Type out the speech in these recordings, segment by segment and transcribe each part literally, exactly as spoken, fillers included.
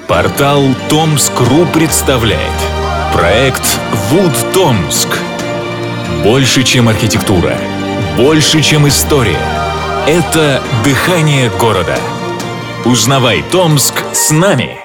Портал Томск точка ру представляет проект Вуд Томск. Больше, чем архитектура, больше, чем история. Это дыхание города. Узнавай Томск с нами.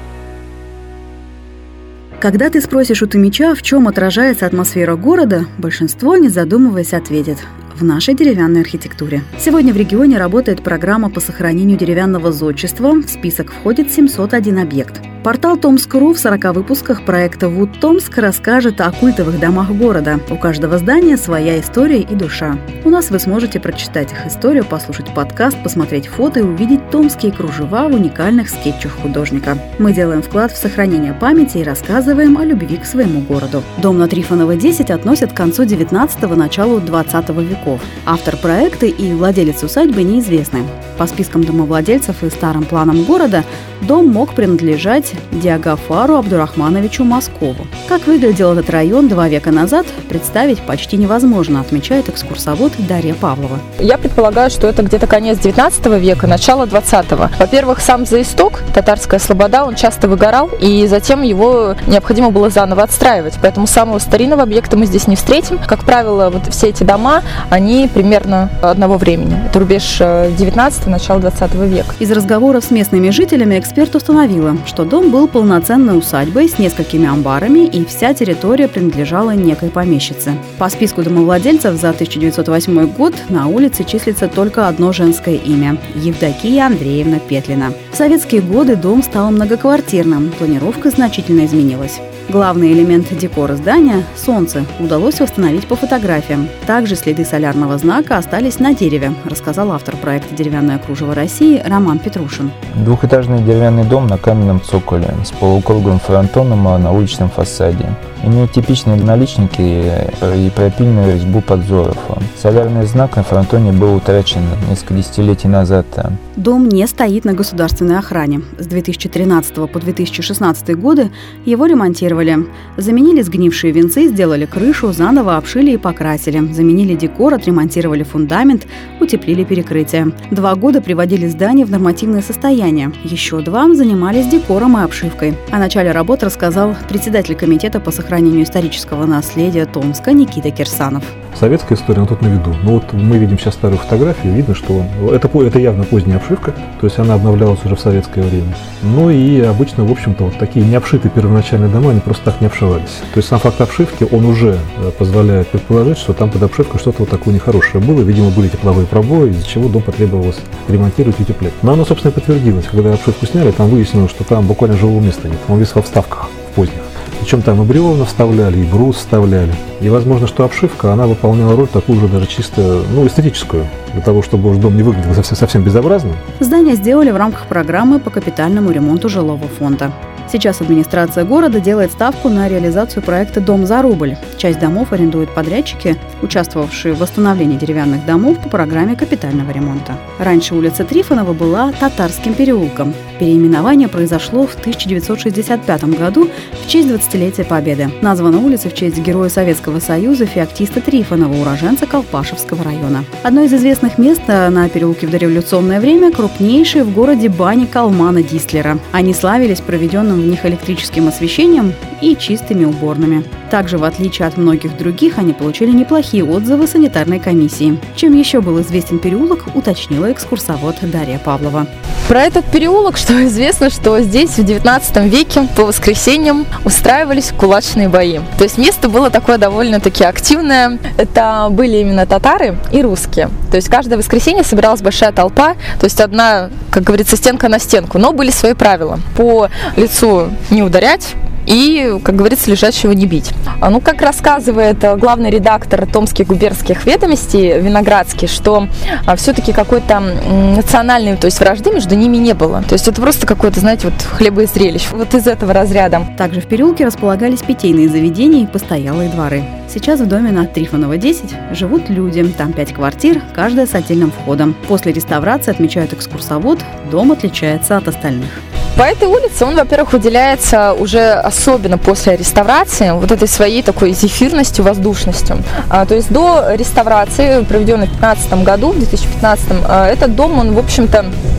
Когда ты спросишь у томича, в чем отражается атмосфера города, большинство, не задумываясь, ответит – в нашей деревянной архитектуре. Сегодня в регионе работает программа по сохранению деревянного зодчества. В список входит семьсот один объект. Портал Томск точка ру в сорока выпусках проекта Вуд Томск расскажет о культовых домах города. У каждого здания своя история и душа. У нас вы сможете прочитать их историю, послушать подкаст, посмотреть фото и увидеть томские кружева в уникальных скетчах художника. Мы делаем вклад в сохранение памяти и рассказываем о любви к своему городу. Дом на Трифонова, десять относят к концу девятнадцатого – началу двадцатого веков. Автор проекта и владелец усадьбы неизвестны. По спискам домовладельцев и старым планам города дом мог принадлежать Диагафару Абдурахмановичу Москову. Как выглядел этот район два века назад, представить почти невозможно, отмечает экскурсовод Дарья Павлова. Я предполагаю, что это где-то конец девятнадцатого века, начало двадцатого. Во-первых, сам заисток, Татарская Слобода, он часто выгорал, и затем его необходимо было заново отстраивать. Поэтому самого старинного объекта мы здесь не встретим. Как правило, вот все эти дома, они примерно одного времени. Это рубеж девятнадцатого, начало двадцатого века. Из разговоров с местными жителями эксперт установила, что дом был полноценной усадьбой с несколькими амбарами, и вся территория принадлежала некой помещице. По списку домовладельцев за тысяча девятьсот восьмой год на улице числится только одно женское имя – Евдокия Андреевна Петлина. В советские годы дом стал многоквартирным, планировка значительно изменилась. Главный элемент декора здания – солнце – удалось восстановить по фотографиям. Также следы солярного знака остались на дереве, рассказал автор проекта «Деревянное кружево России» Роман Петрушин. Двухэтажный деревянный дом на каменном цоколе с полукруглым фронтоном на уличном фасаде. Имеет типичные наличники и пропильную резьбу подзоров. Солярный знак на фронтоне был утрачен несколько десятилетий назад. Дом не стоит на государственной охране. С две тысячи тринадцатого по две тысячи шестнадцатый годы его ремонтировали. Заменили сгнившие венцы, сделали крышу, заново обшили и покрасили. Заменили декор, отремонтировали фундамент, утеплили перекрытие. Два года приводили здание в нормативное состояние. Еще два занимались декором и обшивкой. О начале работ рассказал председатель комитета по сохранению исторического наследия Томска Никита Кирсанов. Советская история, она тут на виду. Но вот мы видим сейчас старую фотографию, видно, что это, это явно поздняя обшивка, то есть она обновлялась уже в советское время. Ну и обычно, в общем-то, вот такие необшитые первоначальные дома, они просто так не обшивались. То есть сам факт обшивки, он уже позволяет предположить, что там под обшивкой что-то вот такое нехорошее было. Видимо, были тепловые пробои, из-за чего дом потребовалось ремонтировать и утеплять. Но оно, собственно, подтвердилось. Когда обшивку сняли, там выяснилось, что там буквально живого места нет. Он весь во вставках, в поздних. Причем там и бревна вставляли, и брус вставляли. И возможно, что обшивка, она выполняла роль такую же даже чисто, ну, эстетическую, для того, чтобы уж дом не выглядел совсем, совсем безобразным. Здание сделали в рамках программы по капитальному ремонту жилого фонда. Сейчас администрация города делает ставку на реализацию проекта «Дом за рубль». Часть домов арендуют подрядчики, участвовавшие в восстановлении деревянных домов по программе капитального ремонта. Раньше улица Трифонова была Татарским переулком. Переименование произошло в тысяча девятьсот шестьдесят пятом году в честь двадцатилетия Победы. Названа улица в честь героя Советского Союза феоктиста Трифонова, уроженца Колпашевского района. Одно из известных мест на переулке в дореволюционное время – крупнейшие в городе бани Калмана Дистлера. Они славились проведенным в них электрическим освещением и чистыми уборными. Также, в отличие от многих других, они получили неплохие отзывы санитарной комиссии. Чем еще был известен переулок, уточнила экскурсовод Дарья Павлова. Про этот переулок, что известно, что здесь в девятнадцатом веке по воскресеньям устраивались кулачные бои. То есть место было такое довольно-таки активное. Это были именно татары и русские. То есть каждое воскресенье собиралась большая толпа, то есть одна, как говорится, стенка на стенку, но были свои правила. По лицу не ударять и, как говорится, лежачего не бить. Ну, как рассказывает главный редактор Томских губернских ведомостей Виноградский, что все-таки какой-то национальной, то есть вражды между ними не было. То есть это просто какое-то, знаете, вот хлеба и зрелищ. Вот из этого разряда. Также в переулке располагались питейные заведения и постоялые дворы. Сейчас в доме на Трифонова, десять живут люди. Там пять квартир, каждая с отдельным входом. После реставрации, отмечает экскурсовод, дом отличается от остальных. По этой улице он, во-первых, выделяется уже особенно после реставрации вот этой своей такой зефирностью, воздушностью. А, то есть до реставрации, проведенной в две тысячи пятнадцатом году, в две тысячи пятнадцатом, этот дом, он, в общем-то,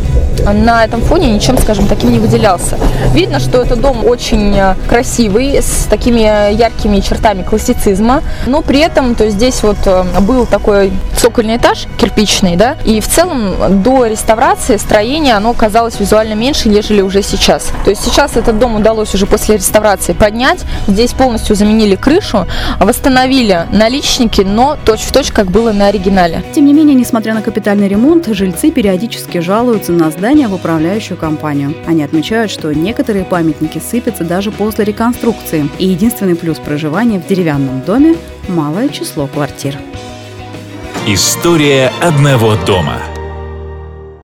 на этом фоне ничем, скажем, таким не выделялся. Видно, что это дом очень красивый, с такими яркими чертами классицизма, но при этом, то есть здесь вот был такой цокольный этаж кирпичный, да, и в целом до реставрации строение, оно казалось визуально меньше, нежели уже сейчас. То есть сейчас этот дом удалось уже после реставрации поднять, здесь полностью заменили крышу, восстановили наличники, но точь-в-точь, как было на оригинале. Тем не менее, несмотря на капитальный ремонт, жильцы периодически жалуются на здание в управляющую компанию. Они отмечают, что некоторые памятники сыпятся даже после реконструкции, и единственный плюс проживания в деревянном доме – малое число квартир. История одного дома.